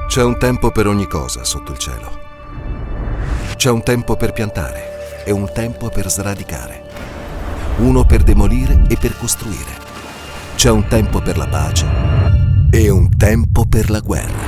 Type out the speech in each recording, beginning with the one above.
C'è un tempo per ogni cosa sotto il cielo. C'è un tempo per piantare e un tempo per sradicare. Uno per demolire e per costruire. C'è un tempo per la pace e un tempo per la guerra.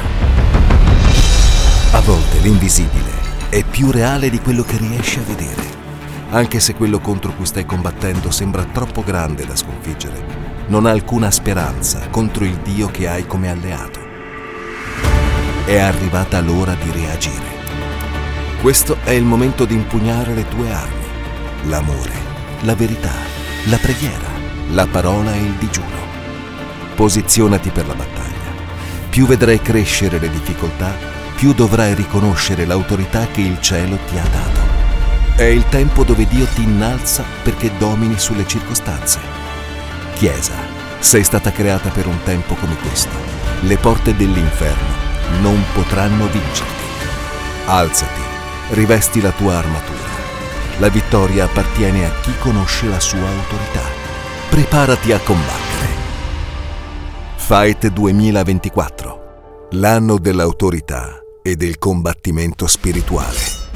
A volte l'invisibile è più reale di quello che riesci a vedere. Anche se quello contro cui stai combattendo sembra troppo grande da sconfiggere, non ha alcuna speranza contro il Dio che hai come alleato. È arrivata l'ora di reagire. Questo è il momento di impugnare le tue armi: l'amore, la verità, la preghiera, la parola e il digiuno. Posizionati per la battaglia. Più vedrai crescere le difficoltà, più dovrai riconoscere l'autorità che il cielo ti ha dato. È il tempo dove Dio ti innalza perché domini sulle circostanze. Chiesa, sei stata creata per un tempo come questo. Le porte dell'inferno non potranno vincerti. Alzati, rivesti la tua armatura. La vittoria appartiene a chi conosce la sua autorità. Preparati a combattere. Fight 2024, l'anno dell'autorità e del combattimento spirituale.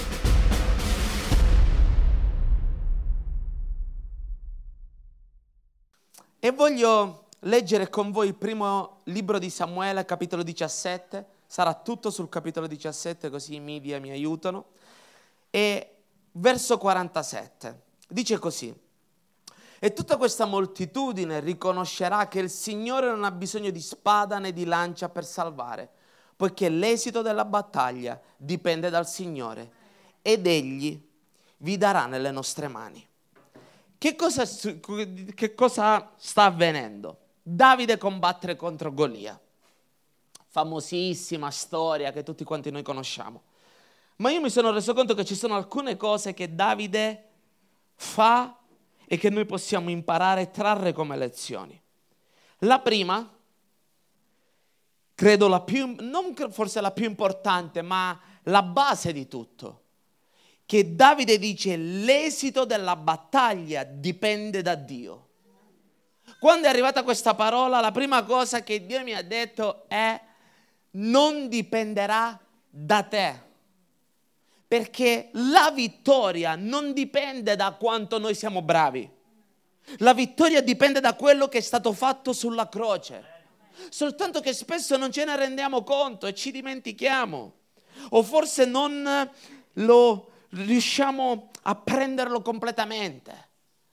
E voglio leggere con voi il primo libro di Samuele, capitolo 17. Sarà tutto sul capitolo 17, così i media mi aiutano. E verso 47. Dice così: e tutta questa moltitudine riconoscerà che il Signore non ha bisogno di spada né di lancia per salvare, poiché l'esito della battaglia dipende dal Signore ed Egli vi darà nelle nostre mani. Che cosa sta avvenendo? Davide combattere contro Golia. Famosissima storia che tutti quanti noi conosciamo. Ma io mi sono reso conto che ci sono alcune cose che Davide fa e che noi possiamo imparare e trarre come lezioni. La prima, credo non forse la più importante, ma la base di tutto, che Davide dice: l'esito della battaglia dipende da Dio. Quando è arrivata questa parola, la prima cosa che Dio mi ha detto è: non dipenderà da te, perché la vittoria non dipende da quanto noi siamo bravi. La vittoria dipende da quello che è stato fatto sulla croce. Soltanto che spesso non ce ne rendiamo conto e ci dimentichiamo, o forse non lo riusciamo a prenderlo completamente.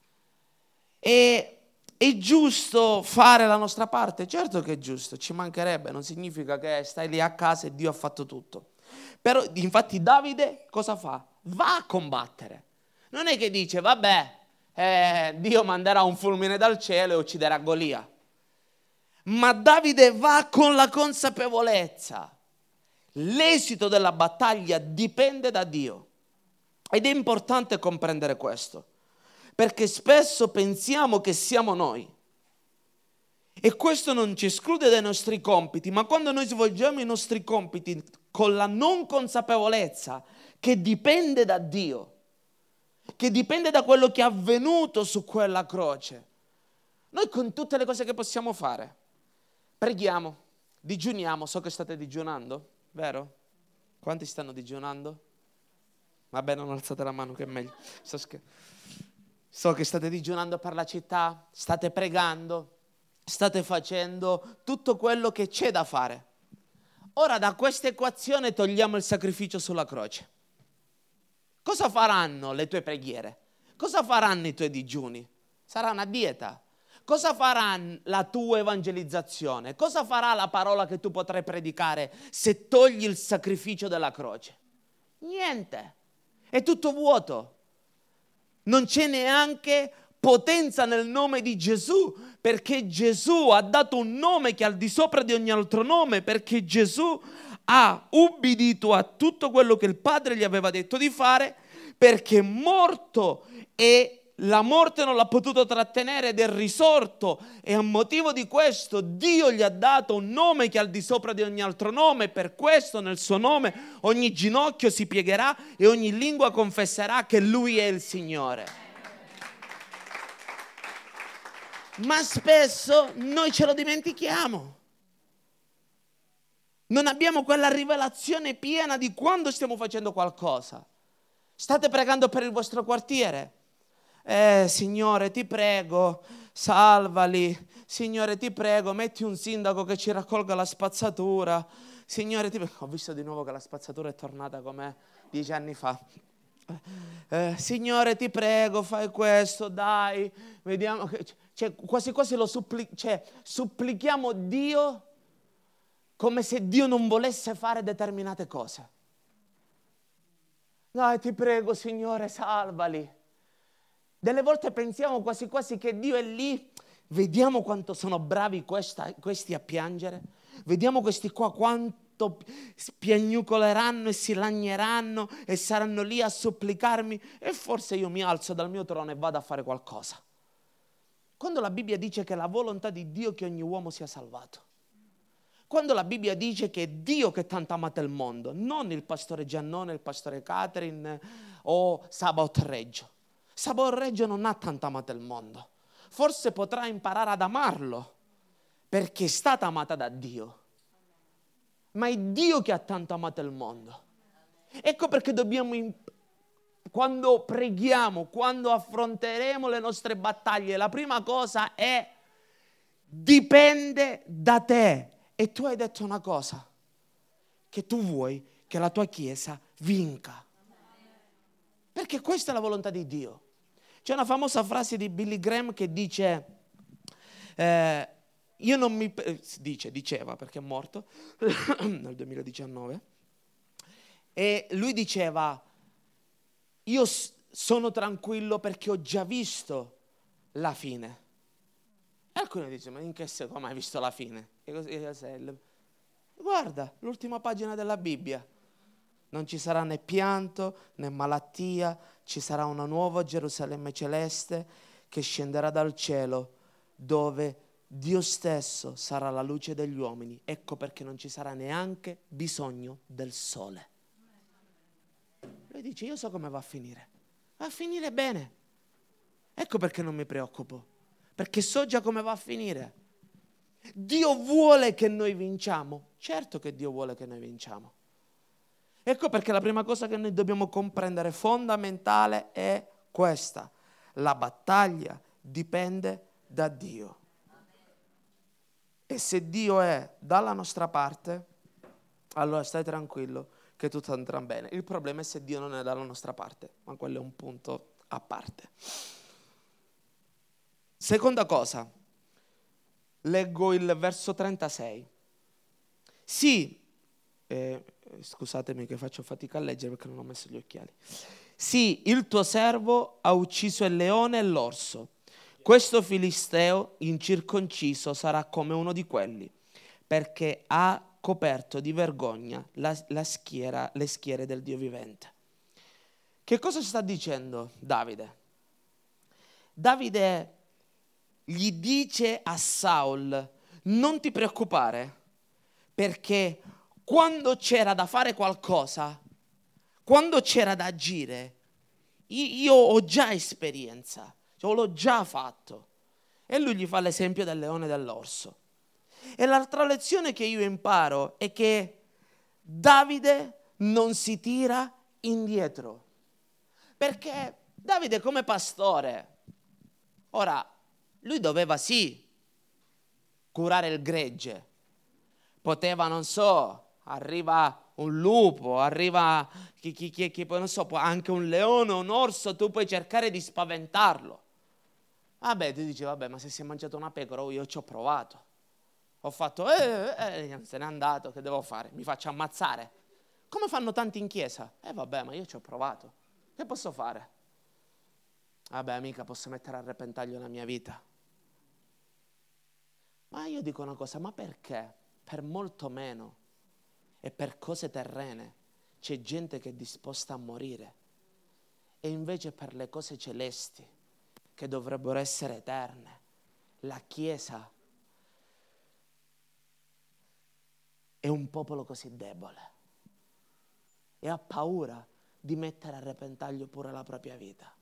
E è giusto fare la nostra parte? Certo che è giusto, ci mancherebbe, non significa che stai lì a casa e Dio ha fatto tutto. Però infatti Davide cosa fa? Va a combattere. Non è che dice: vabbè, Dio manderà un fulmine dal cielo e ucciderà Golia. Ma Davide va con la consapevolezza: l'esito della battaglia dipende da Dio. Ed è importante comprendere questo, perché spesso pensiamo che siamo noi. E questo non ci esclude dai nostri compiti, ma quando noi svolgiamo i nostri compiti con la non consapevolezza che dipende da Dio, che dipende da quello che è avvenuto su quella croce, noi con tutte le cose che possiamo fare, preghiamo, digiuniamo. So che state digiunando, vero? Quanti stanno digiunando? Vabbè, non alzate la mano che è meglio. So che state digiunando per la città, state pregando, state facendo tutto quello che c'è da fare. Ora da questa equazione togliamo il sacrificio sulla croce. Cosa faranno le tue preghiere? Cosa faranno i tuoi digiuni? Sarà una dieta. Cosa farà la tua evangelizzazione? Cosa farà la parola che tu potrai predicare se togli il sacrificio della croce? Niente. È tutto vuoto. Non c'è neanche potenza nel nome di Gesù, perché Gesù ha dato un nome che è al di sopra di ogni altro nome, perché Gesù ha ubbidito a tutto quello che il Padre gli aveva detto di fare, perché è morto e la morte non l'ha potuto trattenere ed è risorto, e a motivo di questo Dio gli ha dato un nome che è al di sopra di ogni altro nome. Per questo nel suo nome ogni ginocchio si piegherà e ogni lingua confesserà che Lui è il Signore. Ma spesso noi ce lo dimentichiamo. Non abbiamo quella rivelazione piena di quando stiamo facendo qualcosa. State pregando per il vostro quartiere? Signore, ti prego, salvali. Signore, ti prego, metti un sindaco che ci raccolga la spazzatura. Signore, ti prego. Ho visto di nuovo che la spazzatura è tornata come 10 anni fa. Signore, ti prego, fai questo, dai. Vediamo che, cioè, quasi quasi supplichiamo Dio come se Dio non volesse fare determinate cose. Dai, ti prego, Signore, salvali. Delle volte pensiamo quasi quasi che Dio è lì. Vediamo quanto sono bravi questi a piangere. Vediamo questi qua quanto spiagnucoleranno e si lagneranno e saranno lì a supplicarmi. E forse io mi alzo dal mio trono e vado a fare qualcosa. Quando la Bibbia dice che è la volontà di Dio è che ogni uomo sia salvato. Quando la Bibbia dice che è Dio che tanto amate il mondo, non il pastore Giannone, il pastore Catherine o Sabaoth Reggio. Sabaoth Reggio non ha tanto amato il mondo. Forse potrà imparare ad amarlo, perché è stata amata da Dio. Ma è Dio che ha tanto amato il mondo. Ecco perché dobbiamo, quando preghiamo, quando affronteremo le nostre battaglie, la prima cosa è: dipende da te. E tu hai detto una cosa, che tu vuoi che la tua Chiesa vinca. Perché questa è la volontà di Dio. C'è una famosa frase di Billy Graham che dice, io non mi... diceva perché è morto nel 2019, e lui diceva, io sono tranquillo perché ho già visto la fine. E alcuni dicono, ma in che senso, come hai visto la fine? E così, guarda, l'ultima pagina della Bibbia. Non ci sarà né pianto né malattia, ci sarà una nuova Gerusalemme celeste che scenderà dal cielo, dove Dio stesso sarà la luce degli uomini. Ecco perché non ci sarà neanche bisogno del sole. Lui dice, io so come va a finire bene. Ecco perché non mi preoccupo, perché so già come va a finire. Dio vuole che noi vinciamo? Certo che Dio vuole che noi vinciamo. Ecco perché la prima cosa che noi dobbiamo comprendere fondamentale è questa: la battaglia dipende da Dio. E se Dio è dalla nostra parte, allora stai tranquillo che tutto andrà bene. Il problema è se Dio non è dalla nostra parte, ma quello è un punto a parte. Seconda cosa, leggo il verso 36. Sì, scusatemi che faccio fatica a leggere perché non ho messo gli occhiali. Sì, il tuo servo ha ucciso il leone e l'orso. Questo filisteo incirconciso sarà come uno di quelli, perché ha coperto di vergogna le schiere del Dio vivente. Che cosa sta dicendo Davide? Davide gli dice a Saul: non ti preoccupare, perché quando c'era da fare qualcosa, quando c'era da agire, io ho già esperienza, cioè l'ho già fatto. E lui gli fa l'esempio del leone e dell'orso. E l'altra lezione che io imparo è che Davide non si tira indietro. Perché Davide come pastore, ora, lui doveva sì curare il gregge. Poteva, non so, arriva un lupo, arriva non so, anche un leone, un orso, tu puoi cercare di spaventarlo. Vabbè, tu dici, vabbè, ma se si è mangiato una pecora, io ci ho provato. Ho fatto, se n'è andato, che devo fare? Mi faccio ammazzare. Come fanno tanti in chiesa? Vabbè, ma io ci ho provato. Che posso fare? Vabbè, mica posso mettere a repentaglio la mia vita. Ma io dico una cosa, ma perché? Per molto meno e per cose terrene c'è gente che è disposta a morire, e invece per le cose celesti che dovrebbero essere eterne, la Chiesa è un popolo così debole e ha paura di mettere a repentaglio pure la propria vita.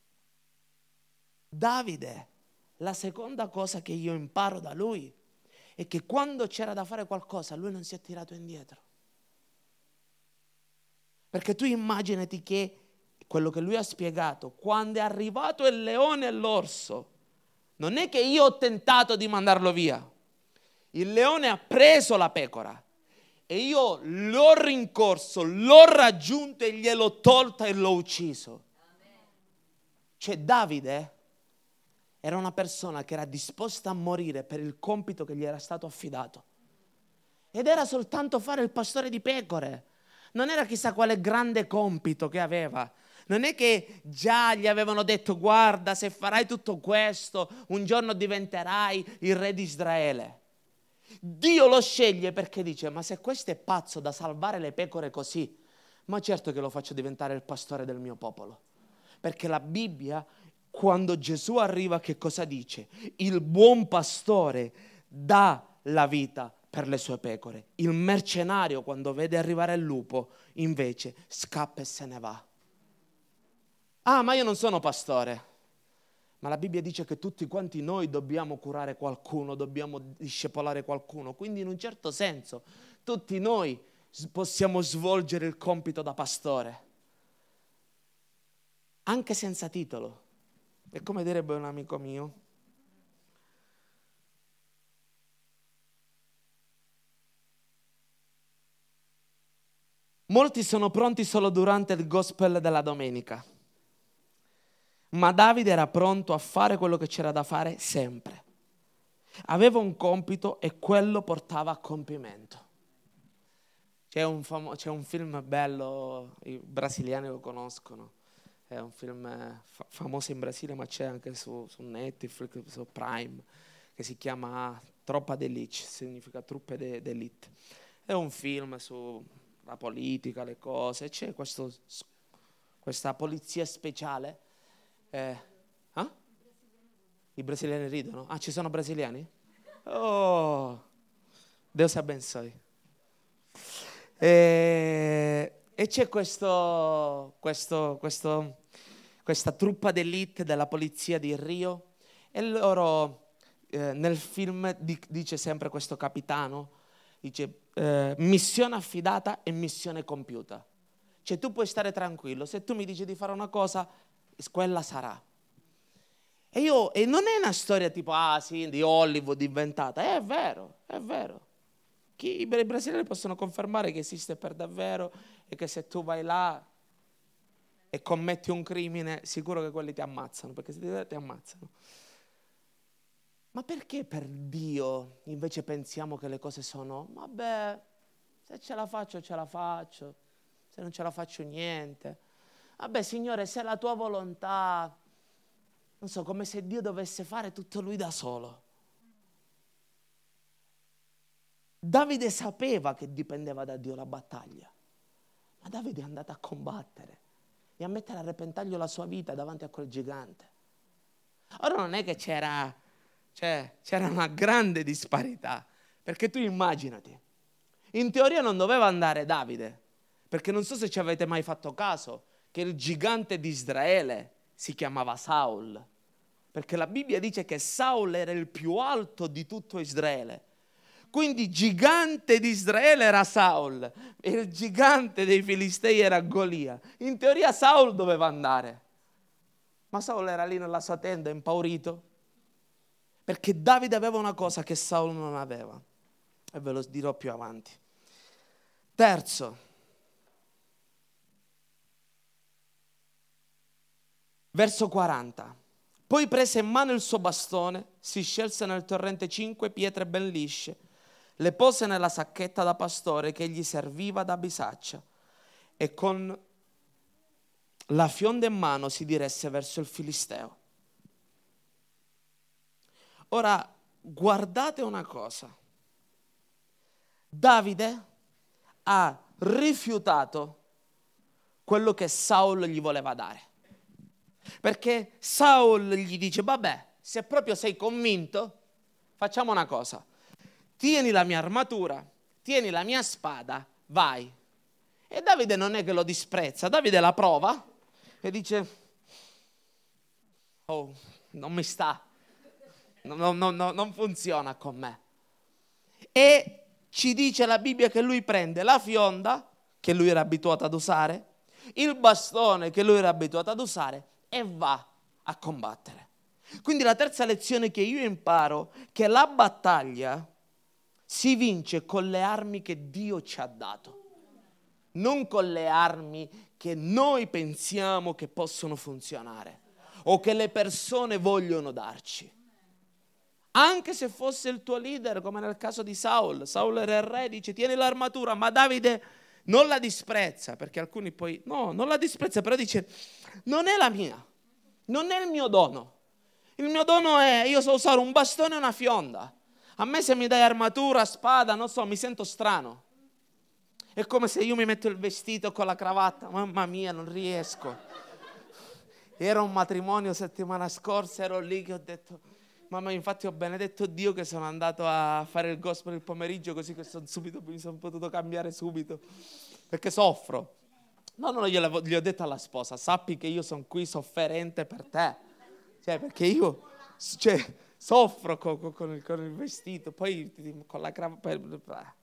Davide, la seconda cosa che io imparo da lui è che quando c'era da fare qualcosa lui non si è tirato indietro. Perché tu immaginati che quello che lui ha spiegato, quando è arrivato il leone e l'orso, non è che io ho tentato di mandarlo via. Il leone ha preso la pecora e io l'ho rincorso, l'ho raggiunto e gliel'ho tolta e l'ho ucciso. Cioè Davide era una persona che era disposta a morire per il compito che gli era stato affidato. Ed era soltanto fare il pastore di pecore. Non era chissà quale grande compito che aveva. Non è che già gli avevano detto: guarda, se farai tutto questo, un giorno diventerai il re di Israele. Dio lo sceglie perché dice: ma se questo è pazzo da salvare le pecore così, ma certo che lo faccio diventare il pastore del mio popolo. Perché la Bibbia, quando Gesù arriva, che cosa dice? Il buon pastore dà la vita per le sue pecore. Il mercenario, quando vede arrivare il lupo, invece scappa e se ne va. Ah, ma io non sono pastore. Ma la Bibbia dice che tutti quanti noi dobbiamo curare qualcuno, dobbiamo discepolare qualcuno. Quindi in un certo senso tutti noi possiamo svolgere il compito da pastore. Anche senza titolo. E come direbbe un amico mio, molti sono pronti solo durante il gospel della domenica, ma Davide era pronto a fare quello che c'era da fare sempre. Aveva un compito e quello portava a compimento. C'è un film bello, i brasiliani lo conoscono, è un film famoso in Brasile, ma c'è anche su Netflix, su Prime, che si chiama Tropa d'Elite, significa truppe d'elite. È un film sulla politica, le cose, c'è questa polizia speciale. I brasiliani ridono? Ah, ci sono brasiliani? Oh, Deus abençoe. E c'è questa truppa d'elite della polizia di Rio e loro nel film dice sempre questo capitano, dice missione affidata e missione compiuta. Cioè tu puoi stare tranquillo, se tu mi dici di fare una cosa, quella sarà. E non è una storia tipo, sì, di Hollywood inventata, è vero, è vero. I brasiliani possono confermare che esiste per davvero e che se tu vai là e commetti un crimine, sicuro che quelli ti ammazzano, perché se ti ammazzano. Ma perché per Dio invece pensiamo che le cose sono, vabbè, se ce la faccio, ce la faccio, se non ce la faccio niente. Vabbè, Signore, se è la tua volontà, non so, come se Dio dovesse fare tutto lui da solo. Davide sapeva che dipendeva da Dio la battaglia, ma Davide è andato a combattere e a mettere a repentaglio la sua vita davanti a quel gigante. Ora non è che c'era una grande disparità, perché tu immaginati, in teoria non doveva andare Davide, perché non so se ci avete mai fatto caso che il gigante di Israele si chiamava Saul, perché la Bibbia dice che Saul era il più alto di tutto Israele. Quindi gigante di Israele era Saul e il gigante dei Filistei era Golia. In teoria Saul doveva andare, ma Saul era lì nella sua tenda impaurito, perché Davide aveva una cosa che Saul non aveva, e ve lo dirò più avanti. Terzo, verso 40. Poi prese in mano il suo bastone, si scelse nel torrente 5 pietre ben lisce, le pose nella sacchetta da pastore che gli serviva da bisaccia e con la fionda in mano si diresse verso il Filisteo. Ora, guardate una cosa. Davide ha rifiutato quello che Saul gli voleva dare. Perché Saul gli dice, vabbè, se proprio sei convinto, facciamo una cosa. Tieni la mia armatura, tieni la mia spada, vai. E Davide non è che lo disprezza, Davide la prova e dice, oh, non mi sta, non funziona con me. E ci dice la Bibbia che lui prende la fionda, che lui era abituato ad usare, il bastone che lui era abituato ad usare e va a combattere. Quindi la terza lezione che io imparo è che la battaglia si vince con le armi che Dio ci ha dato, non con le armi che noi pensiamo che possono funzionare o che le persone vogliono darci. Anche se fosse il tuo leader, come nel caso di Saul era il re, dice tieni l'armatura, ma Davide non la disprezza, perché alcuni poi, no, non la disprezza, però dice non è la mia, non è il mio dono. Il mio dono è, io so usare un bastone e una fionda. A me se mi dai armatura, spada, non so, mi sento strano. È come se io mi metto il vestito con la cravatta, mamma mia, non riesco. Era un matrimonio settimana scorsa, ero lì che ho detto, mamma, infatti ho benedetto Dio che sono andato a fare il gospel il pomeriggio, così che mi sono potuto cambiare subito, perché soffro. No, gli ho detto alla sposa, sappi che io sono qui sofferente per te. Cioè, perché io soffro con il vestito, poi con la cravatta.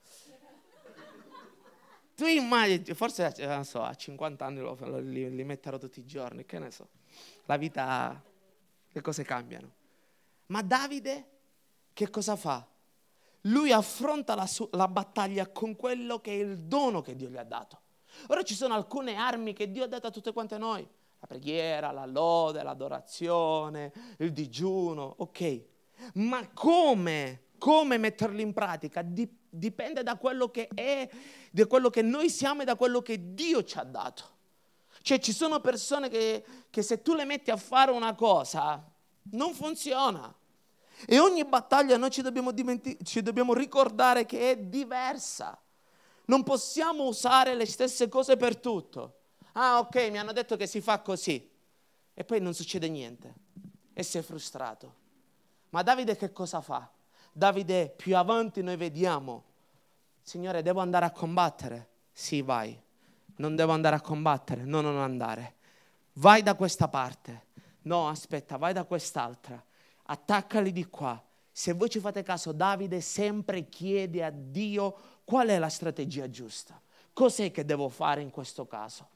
Tu immagini, forse non so, a 50 anni li metterò tutti i giorni, che ne so. La vita, le cose cambiano. Ma Davide che cosa fa? Lui affronta la battaglia con quello che è il dono che Dio gli ha dato. Ora ci sono alcune armi che Dio ha dato a tutte quante noi. La preghiera, la lode, l'adorazione, il digiuno, ok. Ma come metterli in pratica? Dipende da quello che è, da quello che noi siamo e da quello che Dio ci ha dato. Cioè ci sono persone che se tu le metti a fare una cosa, non funziona. E ogni battaglia noi ci dobbiamo ricordare che è diversa. Non possiamo usare le stesse cose per tutto. Ah, ok, mi hanno detto che si fa così. E poi non succede niente. E sei frustrato. Ma Davide che cosa fa? Davide più avanti noi vediamo, Signore, devo andare a combattere? Sì, vai. Non devo andare a combattere? No, non andare. Vai da questa parte. No, aspetta, vai da quest'altra. Attaccali di qua. Se voi ci fate caso, Davide sempre chiede a Dio qual è la strategia giusta. Cos'è che devo fare in questo caso?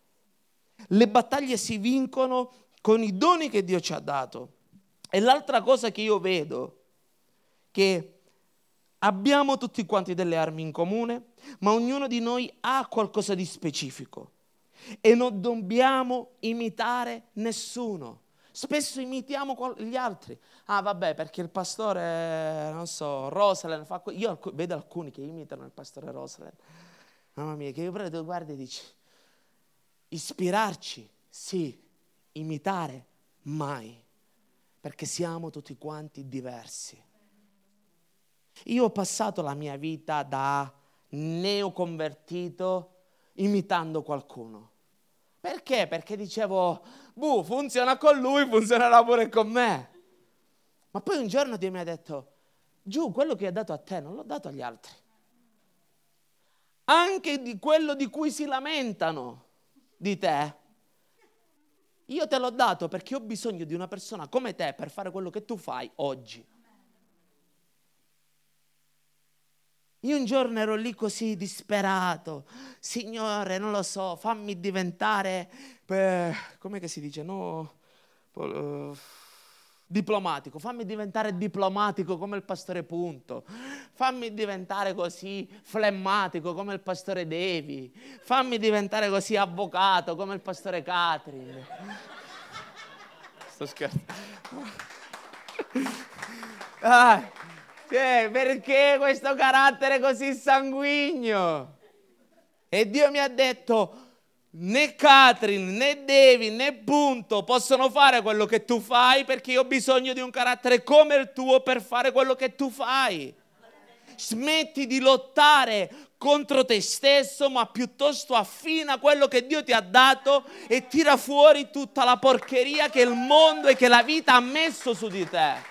Le battaglie si vincono con i doni che Dio ci ha dato. E l'altra cosa che io vedo, che abbiamo tutti quanti delle armi in comune, ma ognuno di noi ha qualcosa di specifico. E non dobbiamo imitare nessuno. Spesso imitiamo gli altri. Ah, vabbè, perché il pastore, non so, Rosalind fa io vedo alcuni che imitano il pastore Rosalind. Mamma mia, che io prendo, tu guardi e dici, ispirarci, sì, imitare, mai. Perché siamo tutti quanti diversi. Io ho passato la mia vita da neoconvertito imitando qualcuno. Perché? Perché dicevo, funziona con lui, funzionerà pure con me. Ma poi un giorno Dio mi ha detto, giù, quello che ho dato a te non l'ho dato agli altri. Anche di quello di cui si lamentano di te, io te l'ho dato perché ho bisogno di una persona come te per fare quello che tu fai oggi. Io un giorno ero lì così disperato, Signore, non lo so, fammi diventare, come che si dice, no? Diplomatico, fammi diventare diplomatico come il pastore Punto, fammi diventare così flemmatico come il pastore Devi, fammi diventare così avvocato come il pastore Catherine. Sto scherzando. Perché questo carattere così sanguigno? E Dio mi ha detto, né Catherine, né Devi, né Punto possono fare quello che tu fai perché io ho bisogno di un carattere come il tuo per fare quello che tu fai. Smetti di lottare contro te stesso, ma piuttosto affina quello che Dio ti ha dato e tira fuori tutta la porcheria che il mondo e che la vita ha messo su di te.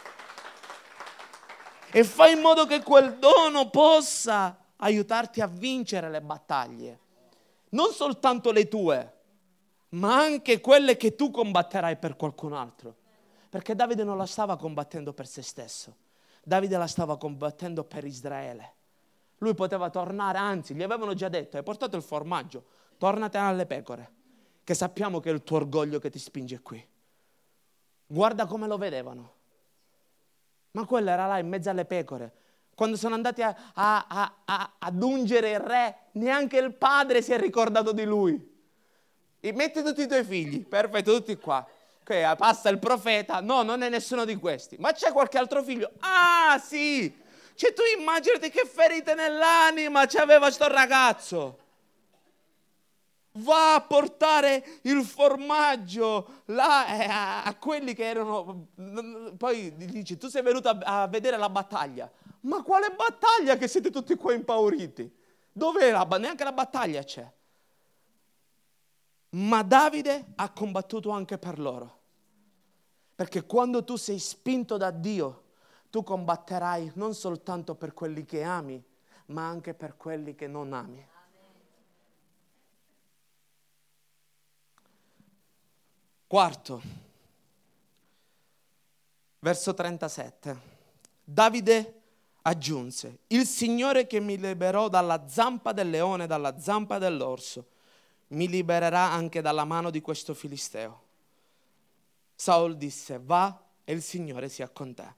E fai in modo che quel dono possa aiutarti a vincere le battaglie. Non soltanto le tue, ma anche quelle che tu combatterai per qualcun altro. Perché Davide non la stava combattendo per se stesso. Davide la stava combattendo per Israele. Lui poteva tornare, anzi, gli avevano già detto: hai portato il formaggio, tornate alle pecore, che sappiamo che è il tuo orgoglio che ti spinge qui. Guarda come lo vedevano. Ma quello era là in mezzo alle pecore. Quando sono andati ad ungere il re, neanche il padre si è ricordato di lui. E metti tutti i tuoi figli, perfetto, tutti qua. Passa il profeta, no, non è nessuno di questi. Ma c'è qualche altro figlio? Ah, sì! Cioè tu immaginati che ferite nell'anima c'aveva sto ragazzo. Va a portare il formaggio là a quelli che erano. Poi dice: tu sei venuto a vedere la battaglia. Ma quale battaglia che siete tutti qua impauriti? Dov'è neanche la battaglia c'è. Ma Davide ha combattuto anche per loro. Perché quando tu sei spinto da Dio, tu combatterai non soltanto per quelli che ami, ma anche per quelli che non ami. Quarto, verso 37. Davide aggiunse: il Signore che mi liberò dalla zampa del leone e dalla zampa dell'orso, mi libererà anche dalla mano di questo filisteo. Saul disse: va e il Signore sia con te.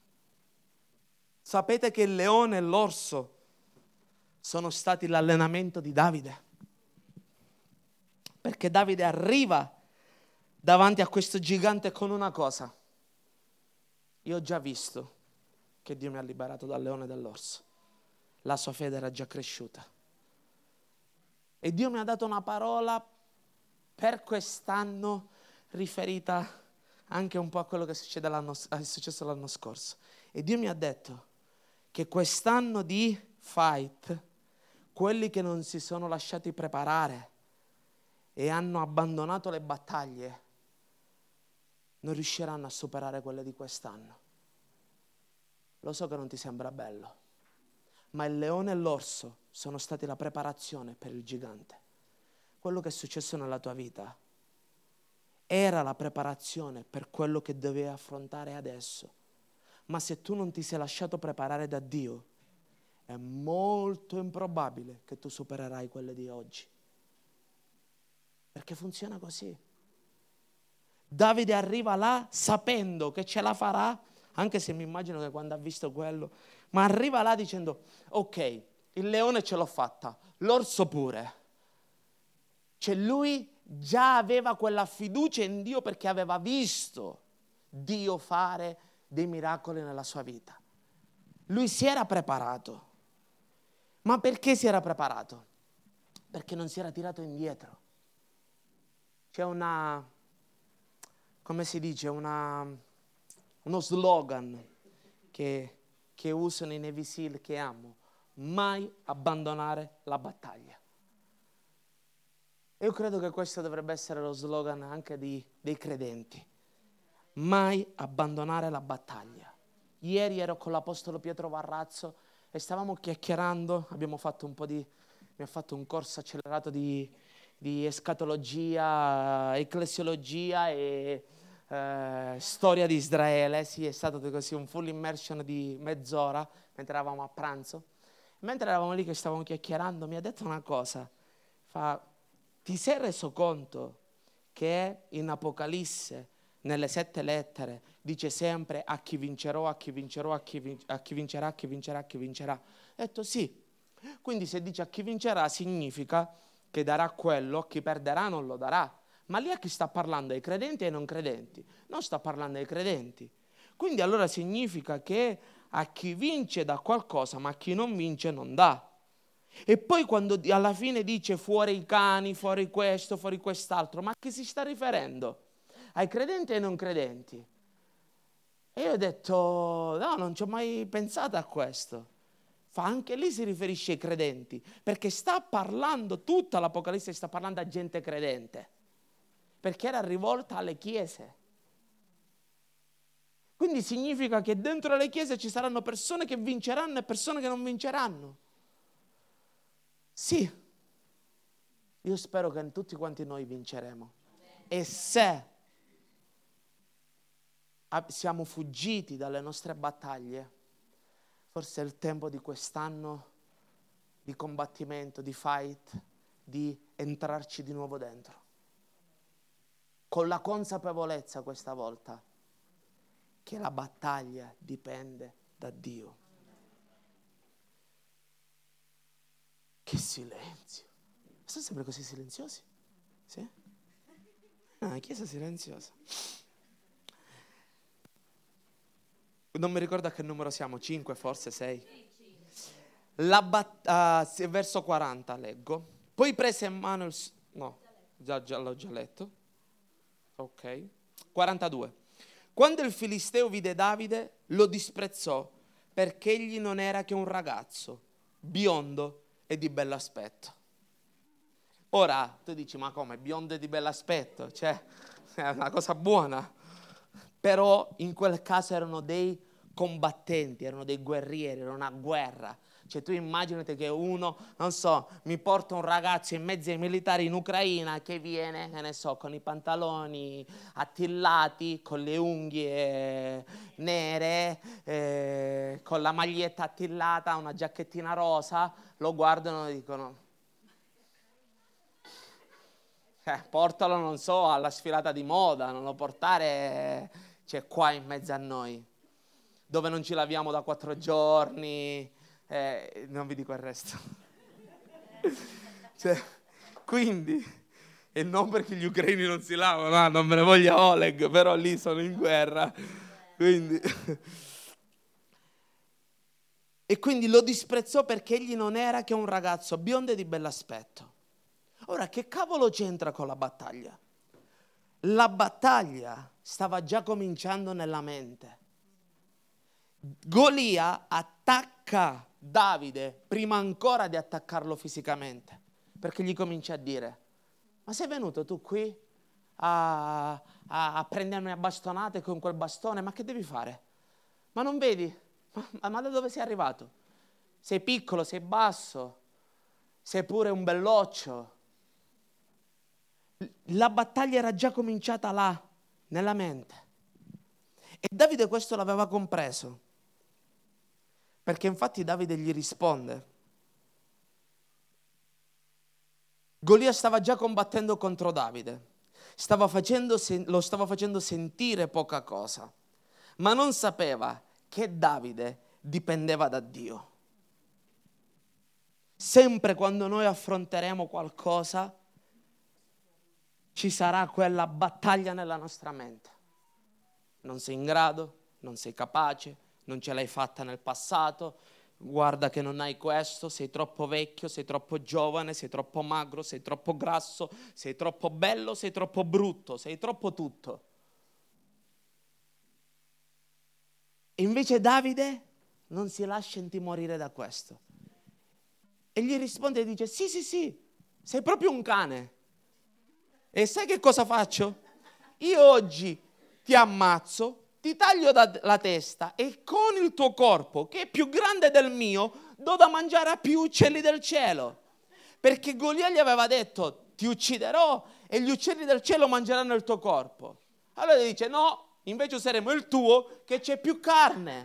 Sapete che il leone e l'orso sono stati l'allenamento di Davide? Perché Davide arriva davanti a questo gigante con una cosa: io ho già visto che Dio mi ha liberato dal leone e dall'orso. La sua fede era già cresciuta. E Dio mi ha dato una parola per quest'anno riferita anche un po' a quello che è successo l'anno scorso. E Dio mi ha detto che quest'anno di fight, quelli che non si sono lasciati preparare e hanno abbandonato le battaglie, non riusciranno a superare quelle di quest'anno. Lo so che non ti sembra bello, ma il leone e l'orso sono stati la preparazione per il gigante. Quello che è successo nella tua vita era la preparazione per quello che dovevi affrontare adesso. Ma se tu non ti sei lasciato preparare da Dio, è molto improbabile che tu supererai quelle di oggi. Perché funziona così. Davide arriva là sapendo che ce la farà, anche se mi immagino che quando ha visto quello, ma arriva là dicendo: ok, il leone ce l'ho fatta, l'orso pure. Cioè lui già aveva quella fiducia in Dio perché aveva visto Dio fare dei miracoli nella sua vita. Lui si era preparato. Ma perché si era preparato? Perché non si era tirato indietro. C'è come si dice, uno slogan che usano i Navy SEAL che amo: mai abbandonare la battaglia. Io credo che questo dovrebbe essere lo slogan anche dei credenti. Mai abbandonare la battaglia. Ieri ero con l'Apostolo Pietro Varrazzo e stavamo chiacchierando, mi ha fatto un corso accelerato di escatologia, ecclesiologia e storia di Israele. Sì, è stato così un full immersion di mezz'ora mentre eravamo a pranzo. Mentre eravamo lì che stavamo chiacchierando, mi ha detto una cosa. Ti sei reso conto che in Apocalisse, nelle 7 lettere, dice sempre: a chi vincerò, a chi vincerò, a chi vincerà, a chi vincerà, a chi vincerà? Ho detto sì. Quindi se dice a chi vincerà significa che darà quello, a chi perderà non lo darà. Ma lì a chi sta parlando? Ai credenti e ai non credenti? Non sta parlando ai credenti. Quindi allora significa che a chi vince dà qualcosa, ma a chi non vince non dà. E poi quando alla fine dice fuori i cani, fuori questo, fuori quest'altro, ma a chi si sta riferendo? Ai credenti e ai non credenti? E io ho detto: no, non ci ho mai pensato a questo. Anche lì si riferisce ai credenti, perché sta parlando, tutta l'Apocalisse sta parlando a gente credente, perché era rivolta alle chiese. Quindi significa che dentro le chiese ci saranno persone che vinceranno e persone che non vinceranno. Sì, io spero che tutti quanti noi vinceremo. E se siamo fuggiti dalle nostre battaglie, Forse è il tempo di quest'anno di combattimento, di fight, di entrarci di nuovo dentro. Con la consapevolezza questa volta che la battaglia dipende da Dio. Che silenzio. Sono sempre così silenziosi? Sì? Ah, chiesa silenziosa. Non mi ricordo a che numero siamo, 5 forse, 6. Verso 40 leggo. Poi prese in mano il... No, l'ho già letto. Ok. 42. Quando il Filisteo vide Davide, lo disprezzò perché egli non era che un ragazzo, biondo e di bell'aspetto. Ora, tu dici, ma come, biondo e di bell'aspetto? Cioè, è una cosa buona. Però in quel caso erano dei combattenti, erano dei guerrieri, era una guerra. Cioè tu immaginate che uno, non so, mi porta un ragazzo in mezzo ai militari in Ucraina che viene, che ne so, con i pantaloni attillati, con le unghie nere, con la maglietta attillata, una giacchettina rosa, lo guardano e dicono... portalo, non so, alla sfilata di moda, non lo portare, cioè, qua in mezzo a noi, dove non ci laviamo da 4 giorni, non vi dico il resto. Cioè, quindi, e non perché gli ucraini non si lavano, non me ne voglia Oleg, però lì sono in guerra, quindi... E quindi lo disprezzò perché egli non era che un ragazzo biondo e di bell'aspetto. Ora, che cavolo c'entra con la battaglia? La battaglia stava già cominciando nella mente. Golia attacca Davide prima ancora di attaccarlo fisicamente, perché gli comincia a dire: ma sei venuto tu qui a prendermi a bastonate con quel bastone? Ma che devi fare? Ma non vedi? Ma da dove sei arrivato? Sei piccolo, sei basso, sei pure un belloccio. La battaglia era già cominciata là, nella mente. E Davide questo l'aveva compreso. Perché infatti Davide gli risponde. Golia stava già combattendo contro Davide. Lo stava facendo sentire poca cosa. Ma non sapeva che Davide dipendeva da Dio. Sempre quando noi affronteremo qualcosa, ci sarà quella battaglia nella nostra mente. Non sei in grado, non sei capace, non ce l'hai fatta nel passato, guarda che non hai questo, sei troppo vecchio, sei troppo giovane, sei troppo magro, sei troppo grasso, sei troppo bello, sei troppo brutto, sei troppo tutto. E invece Davide non si lascia intimorire da questo. E gli risponde e dice: sì, sei proprio un cane. E sai che cosa faccio? Io oggi ti ammazzo, ti taglio la testa e con il tuo corpo, che è più grande del mio, do da mangiare a più uccelli del cielo. Perché Golia gli aveva detto: ti ucciderò e gli uccelli del cielo mangeranno il tuo corpo. Allora gli dice: no, invece useremo il tuo che c'è più carne.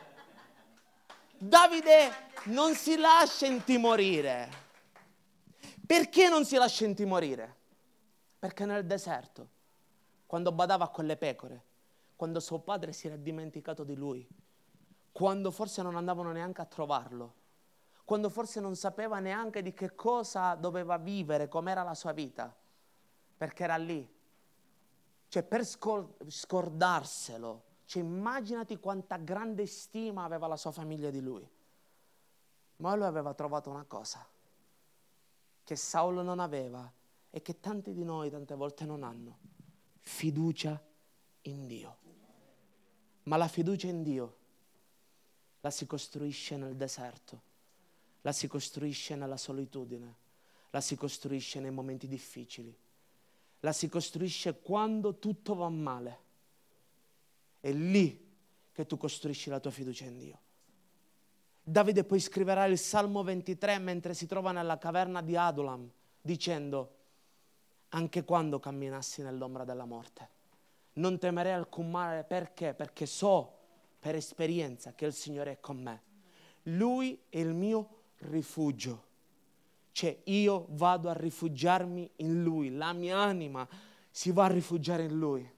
Davide non si lascia intimorire. Perché non si lascia intimorire? Perché nel deserto, quando badava a quelle pecore, quando suo padre si era dimenticato di lui, quando forse non andavano neanche a trovarlo, quando forse non sapeva neanche di che cosa doveva vivere, com'era la sua vita, perché era lì. Cioè, per scordarselo, cioè, immaginati quanta grande stima aveva la sua famiglia di lui. Ma lui aveva trovato una cosa che Saulo non aveva e che tanti di noi tante volte non hanno: fiducia in Dio. Ma la fiducia in Dio la si costruisce nel deserto, la si costruisce nella solitudine, la si costruisce nei momenti difficili, la si costruisce quando tutto va male. È lì che tu costruisci la tua fiducia in Dio. Davide poi scriverà il Salmo 23 mentre si trova nella caverna di Adulam, dicendo: anche quando camminassi nell'ombra della morte, non temerei alcun male. Perché? Perché so per esperienza che il Signore è con me. Lui è il mio rifugio. Cioè io vado a rifugiarmi in Lui, la mia anima si va a rifugiare in Lui.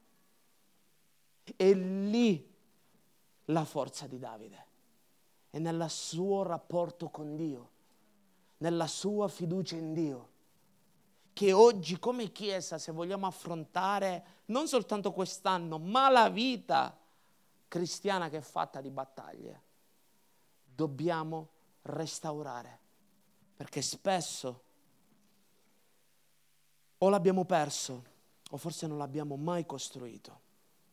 È lì la forza di Davide, è nel suo rapporto con Dio, nella sua fiducia in Dio, che oggi come Chiesa, se vogliamo affrontare non soltanto quest'anno, ma la vita cristiana che è fatta di battaglie, dobbiamo restaurare, perché spesso o l'abbiamo perso o forse non l'abbiamo mai costruito.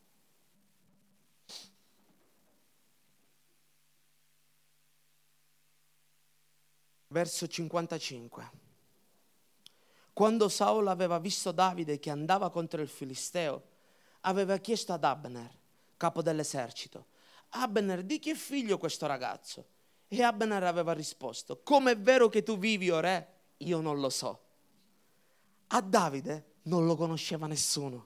Verso 55. Quando Saulo aveva visto Davide che andava contro il Filisteo, aveva chiesto ad Abner, capo dell'esercito: Abner, di chi è figlio questo ragazzo? E Abner aveva risposto: come è vero che tu vivi, o re, io non lo so. A Davide non lo conosceva nessuno.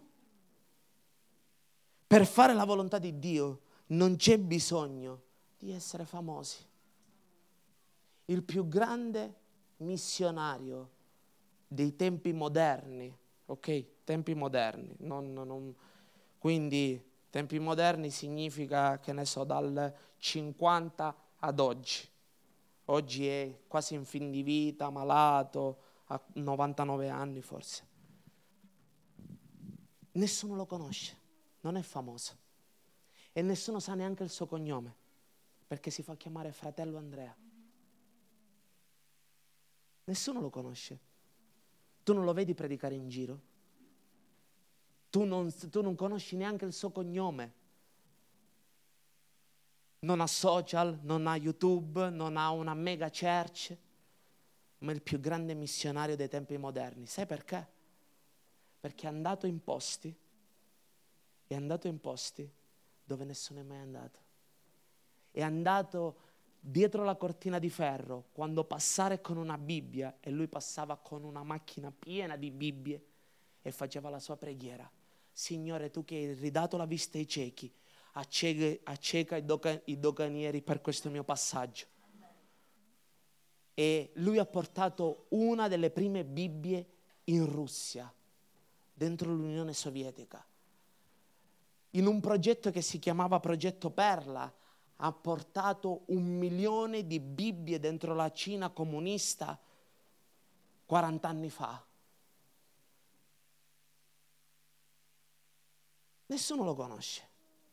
Per fare la volontà di Dio non c'è bisogno di essere famosi. Il più grande missionario dei tempi moderni, ok? Tempi moderni, quindi tempi moderni significa, che ne so, dal 50 ad oggi. Oggi è quasi in fin di vita, malato, a 99 anni forse. Nessuno lo conosce, non è famoso. E nessuno sa neanche il suo cognome, perché si fa chiamare fratello Andrea. Nessuno lo conosce. Tu non lo vedi predicare in giro. Tu non conosci neanche il suo cognome. Non ha social, non ha YouTube, non ha una mega church, ma è il più grande missionario dei tempi moderni. Sai perché? Perché è andato in posti dove nessuno è mai andato. È andato dietro la cortina di ferro, quando passare con una Bibbia, e lui passava con una macchina piena di Bibbie e faceva la sua preghiera. Signore, tu che hai ridato la vista ai ciechi, acceca i doganieri per questo mio passaggio. E lui ha portato una delle prime Bibbie in Russia, dentro l'Unione Sovietica, in un progetto che si chiamava Progetto Perla. Ha portato 1 milione di Bibbie dentro la Cina comunista 40 anni fa. Nessuno lo conosce.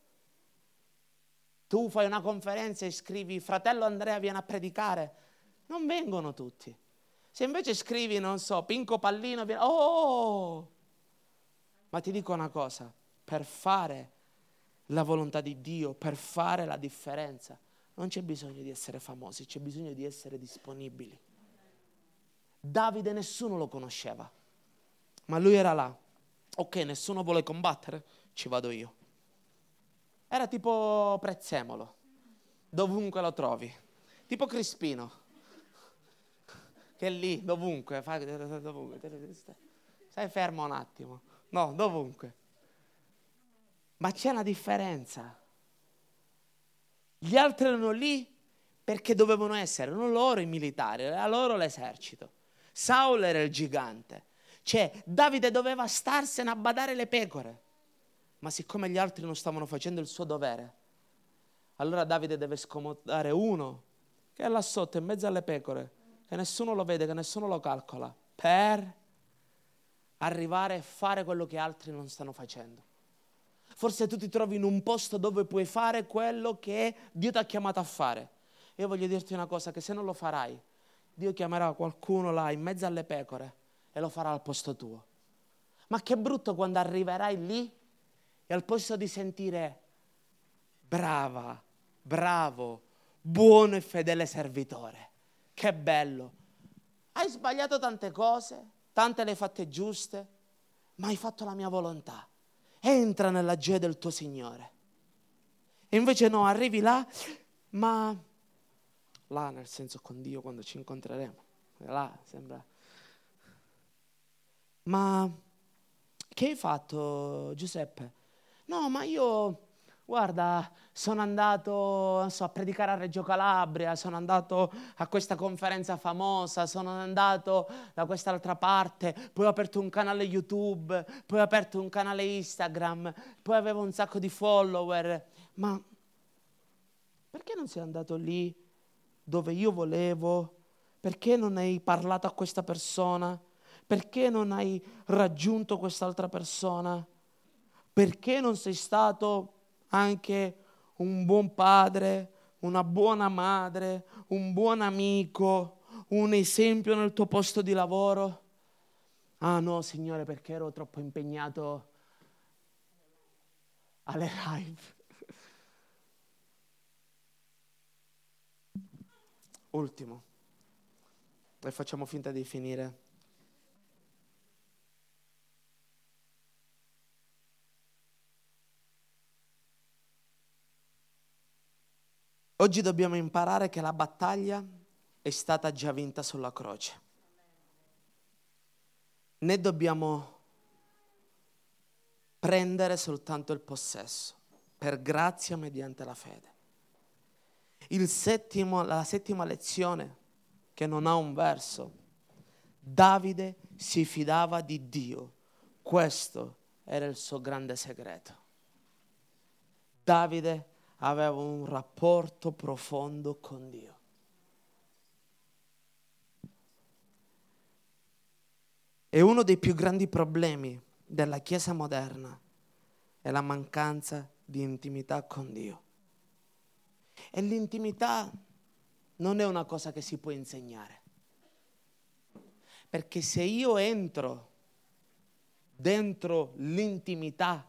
Tu fai una conferenza e scrivi fratello Andrea viene a predicare, non vengono tutti. Se invece scrivi, non so, Pinco Pallino viene, oh! Ma ti dico una cosa, per fare la volontà di Dio, per fare la differenza, non c'è bisogno di essere famosi, c'è bisogno di essere disponibili. Davide nessuno lo conosceva, ma lui era là. Ok, nessuno vuole combattere, ci vado io. Era tipo Prezzemolo, dovunque lo trovi, tipo Crispino, che è lì, dovunque, stai fermo un attimo, no, dovunque. Ma c'è una differenza. Gli altri erano lì perché dovevano essere, non loro i militari, era loro l'esercito. Saulo era il gigante. Cioè, Davide doveva starsene a badare le pecore. Ma siccome gli altri non stavano facendo il suo dovere, allora Davide deve scomodare uno che è là sotto, in mezzo alle pecore, che nessuno lo vede, che nessuno lo calcola, per arrivare a fare quello che altri non stanno facendo. Forse tu ti trovi in un posto dove puoi fare quello che Dio ti ha chiamato a fare. Io voglio dirti una cosa, che se non lo farai, Dio chiamerà qualcuno là in mezzo alle pecore e lo farà al posto tuo. Ma che brutto quando arriverai lì e al posto di sentire brava, bravo, buono e fedele servitore. Che bello. Hai sbagliato tante cose, tante le hai fatte giuste, ma hai fatto la mia volontà. Entra nella gioia del tuo Signore. E invece no, arrivi là, ma là nel senso con Dio quando ci incontreremo. Là sembra. Ma che hai fatto, Giuseppe? No, ma io guarda, sono andato, non so, a predicare a Reggio Calabria, sono andato a questa conferenza famosa, sono andato da quest'altra parte, poi ho aperto un canale YouTube, poi ho aperto un canale Instagram, poi avevo un sacco di follower. Ma perché non sei andato lì dove io volevo? Perché non hai parlato a questa persona? Perché non hai raggiunto quest'altra persona? Perché non sei stato anche un buon padre, una buona madre, un buon amico, un esempio nel tuo posto di lavoro? Ah no, Signore, perché ero troppo impegnato alle live. Ultimo, e facciamo finta di finire. Oggi dobbiamo imparare che la battaglia è stata già vinta sulla croce. Ne dobbiamo prendere soltanto il possesso, per grazia mediante la fede. La settima lezione, che non ha un verso: Davide si fidava di Dio. Questo era il suo grande segreto. Davide aveva un rapporto profondo con Dio. E uno dei più grandi problemi della Chiesa moderna è la mancanza di intimità con Dio. E l'intimità non è una cosa che si può insegnare. Perché se io entro dentro l'intimità,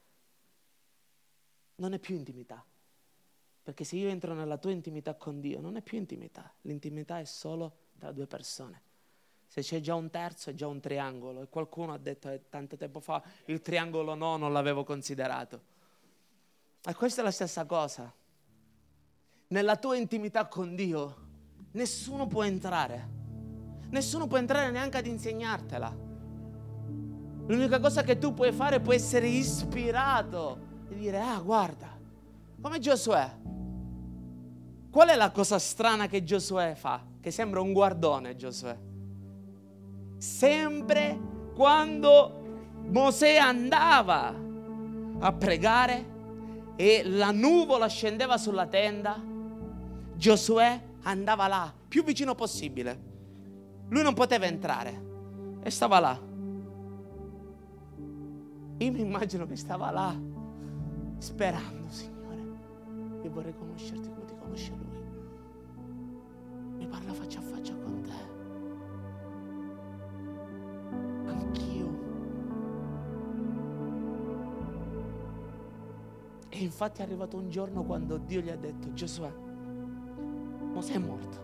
non è più intimità. Perché se io entro nella tua intimità con Dio, non è più intimità. L'intimità è solo tra due persone. Se c'è già un terzo, è già un triangolo. E qualcuno ha detto tanto tempo fa, il triangolo no, non l'avevo considerato. E questa è la stessa cosa. Nella tua intimità con Dio, nessuno può entrare. Nessuno può entrare neanche ad insegnartela. L'unica cosa che tu puoi fare, puoi essere ispirato e dire, ah guarda, come Giosuè. Qual è la cosa strana che Giosuè fa? Che sembra un guardone Giosuè. Sempre quando Mosè andava a pregare e la nuvola scendeva sulla tenda, Giosuè andava là, più vicino possibile. Lui non poteva entrare e stava là. Io mi immagino che stava là sperando, Signore, io vorrei conoscerti come ti conosce Lui. Mi parla faccia a faccia con te. Anch'io. E infatti è arrivato un giorno quando Dio gli ha detto, Giosuè, Mosè è morto.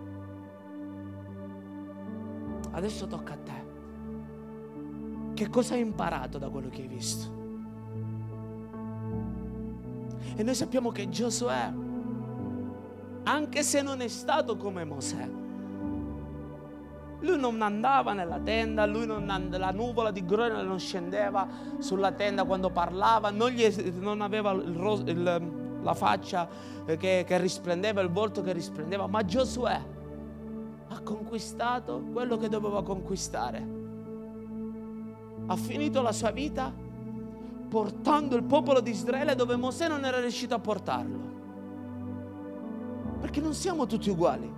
Adesso tocca a te. Che cosa hai imparato da quello che hai visto? E noi sappiamo che Giosuè, anche se non è stato come Mosè, lui non andava nella tenda, la nuvola di gloria non scendeva sulla tenda quando parlava, non aveva la faccia che risplendeva, il volto che risplendeva, ma Giosuè ha conquistato quello che doveva conquistare. Ha finito la sua vita portando il popolo di Israele dove Mosè non era riuscito a portarlo. Perché non siamo tutti uguali.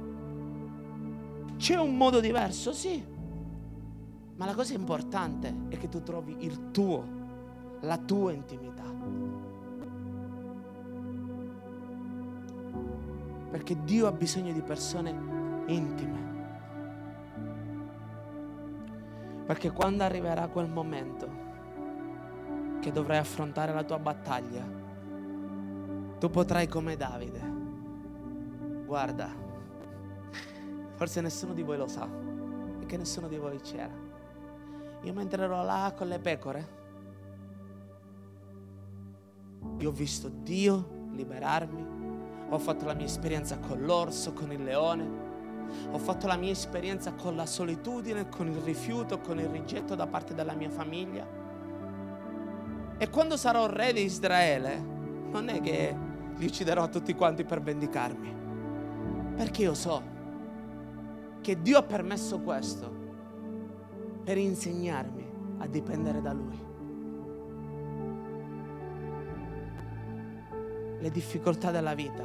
C'è un modo diverso, sì. Ma la cosa importante è che tu trovi la tua intimità. Perché Dio ha bisogno di persone intime. Perché quando arriverà quel momento che dovrai affrontare la tua battaglia, tu potrai come Davide. Guarda, forse nessuno di voi lo sa, perché nessuno di voi c'era. Io mentre ero là con le pecore, io ho visto Dio liberarmi, ho fatto la mia esperienza con l'orso, con il leone, ho fatto la mia esperienza con la solitudine, con il rifiuto, con il rigetto da parte della mia famiglia. E quando sarò re di Israele, non è che li ucciderò tutti quanti per vendicarmi, perché io so che Dio ha permesso questo per insegnarmi a dipendere da Lui. Le difficoltà della vita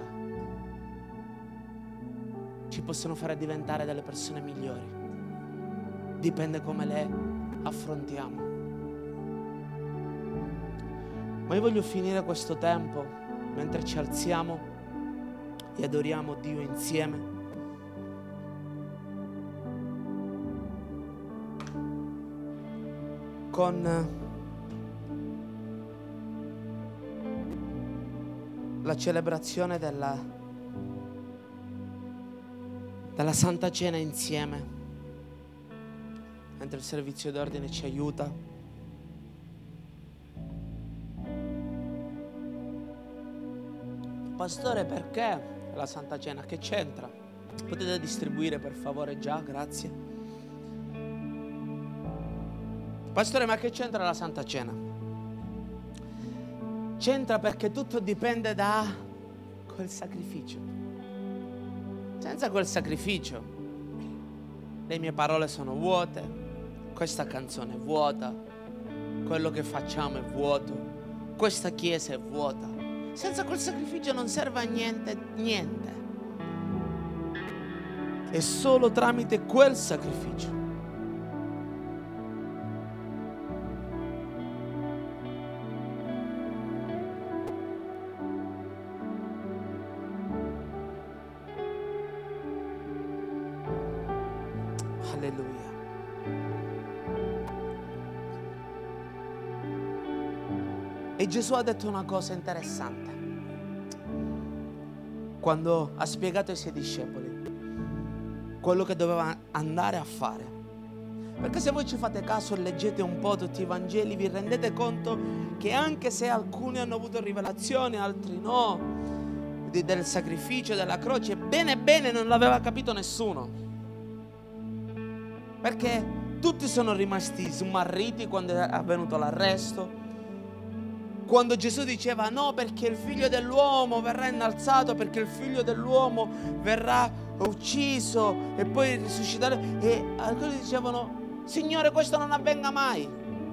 ci possono fare diventare delle persone migliori. Dipende come le affrontiamo. Ma io voglio finire questo tempo mentre ci alziamo e adoriamo Dio insieme. Con la celebrazione della Santa Cena insieme, mentre il servizio d'ordine ci aiuta. Pastore, perché la Santa Cena? Che c'entra? Potete distribuire per favore già, grazie. Pastore, ma che c'entra la Santa Cena? C'entra perché tutto dipende da quel sacrificio. Senza quel sacrificio le mie parole sono vuote, questa canzone è vuota, quello che facciamo è vuoto, questa chiesa è vuota. Senza quel sacrificio non serve a niente. È solo tramite quel sacrificio. Alleluia. E Gesù ha detto una cosa interessante quando ha spiegato ai suoi discepoli quello che doveva andare a fare. Perché se voi ci fate caso e leggete un po' tutti i Vangeli, vi rendete conto che anche se alcuni hanno avuto rivelazioni, altri no, del sacrificio, della croce, bene non l'aveva capito nessuno. Perché tutti sono rimasti smarriti quando è avvenuto l'arresto. Quando Gesù diceva no, perché il figlio dell'uomo verrà innalzato, perché il figlio dell'uomo verrà ucciso e poi risuscitato, e alcuni dicevano Signore, questo non avvenga mai.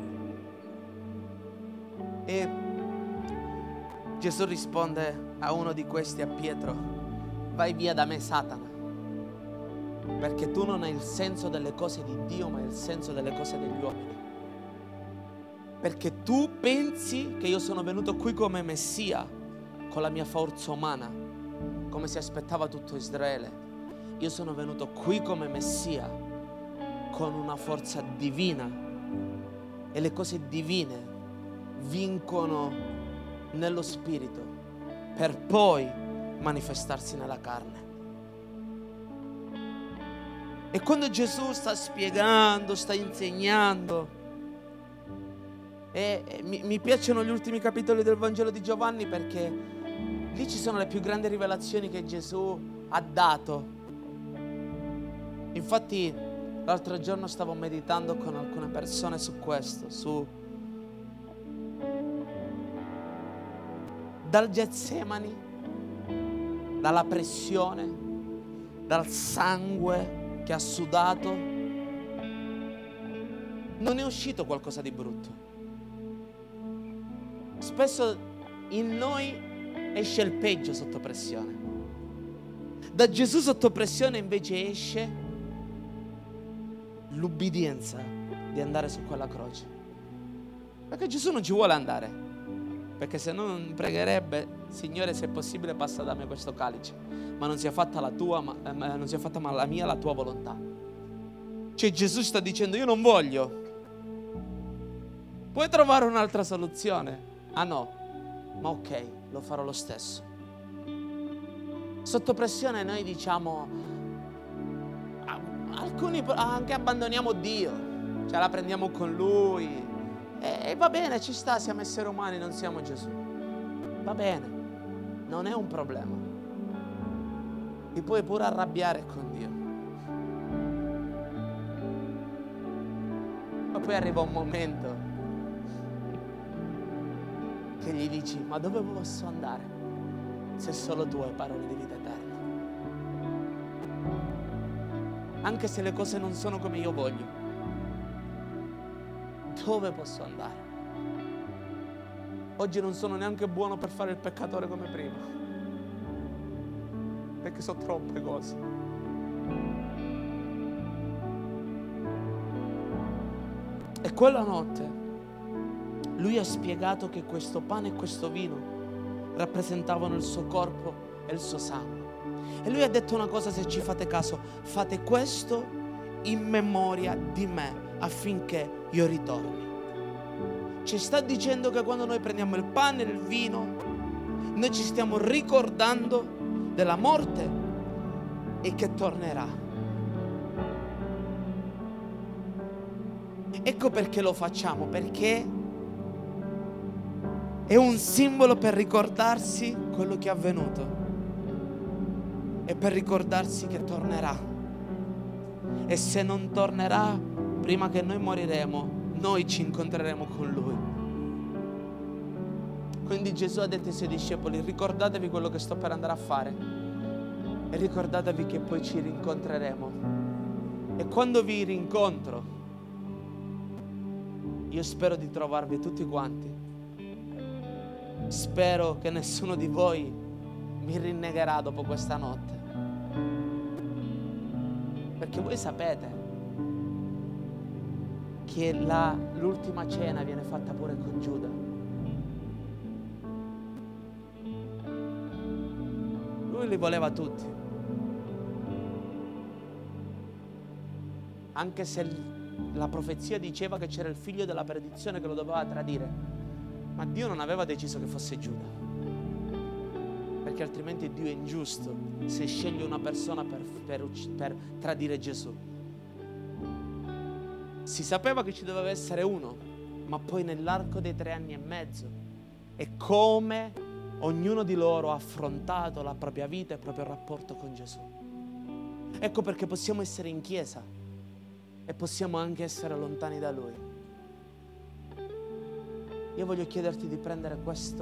E Gesù risponde a uno di questi, a Pietro: vai via da me, Satana, perché tu non hai il senso delle cose di Dio, ma hai il senso delle cose degli uomini. Perché tu pensi che io sono venuto qui come Messia, con la mia forza umana, come si aspettava tutto Israele. Io sono venuto qui come Messia, con una forza divina. E le cose divine vincono nello spirito, per poi manifestarsi nella carne. E quando Gesù sta spiegando, sta insegnando, e mi piacciono gli ultimi capitoli del Vangelo di Giovanni, perché lì ci sono le più grandi rivelazioni che Gesù ha dato. Infatti l'altro giorno stavo meditando con alcune persone su questo, dal Getsemani, dalla pressione, dal sangue che ha sudato, non è uscito qualcosa di brutto. Spesso in noi esce il peggio sotto pressione. Da Gesù sotto pressione invece esce l'ubbidienza di andare su quella croce. Perché Gesù non ci vuole andare, perché se no non pregherebbe: Signore, se è possibile passa da me questo calice, ma non sia fatta la tua, non sia fatta la mia, la tua volontà. Cioè Gesù sta dicendo: io non voglio. Puoi trovare un'altra soluzione? Ah no, ma ok, lo farò lo stesso. Sotto pressione noi diciamo, alcuni anche abbandoniamo Dio, ce la prendiamo con Lui, e va bene, ci sta, siamo esseri umani, non siamo Gesù. Va bene, non è un problema. Ti puoi pure arrabbiare con Dio. Ma poi arriva un momento che gli dici: ma dove posso andare se solo tu hai parole di vita eterna? Anche se le cose non sono come io voglio, dove posso andare? Oggi non sono neanche buono per fare il peccatore come prima, perché so troppe cose. E quella notte lui ha spiegato che questo pane e questo vino rappresentavano il suo corpo e il suo sangue. E lui ha detto una cosa, se ci fate caso: fate questo in memoria di me affinché io ritorni. Ci sta dicendo che quando noi prendiamo il pane e il vino, noi ci stiamo ricordando della morte e che tornerà. Ecco perché lo facciamo, perché è un simbolo per ricordarsi quello che è avvenuto e per ricordarsi che tornerà. E se non tornerà prima che noi moriremo, noi ci incontreremo con Lui. Quindi Gesù ha detto ai Suoi discepoli: ricordatevi quello che sto per andare a fare e ricordatevi che poi ci rincontreremo. E quando vi rincontro, io spero di trovarvi tutti quanti. Spero che nessuno di voi mi rinnegherà dopo questa notte, perché voi sapete che l'ultima cena viene fatta pure con Giuda. Lui li voleva tutti, anche se la profezia diceva che c'era il figlio della perdizione che lo doveva tradire. Ma Dio non aveva deciso che fosse Giuda, perché altrimenti Dio è ingiusto se sceglie una persona per tradire Gesù. Si sapeva che ci doveva essere uno, ma poi nell'arco dei 3 anni e mezzo è come ognuno di loro ha affrontato la propria vita e il proprio rapporto con Gesù. Ecco perché possiamo essere in chiesa e possiamo anche essere lontani da Lui. Io voglio chiederti di prendere questo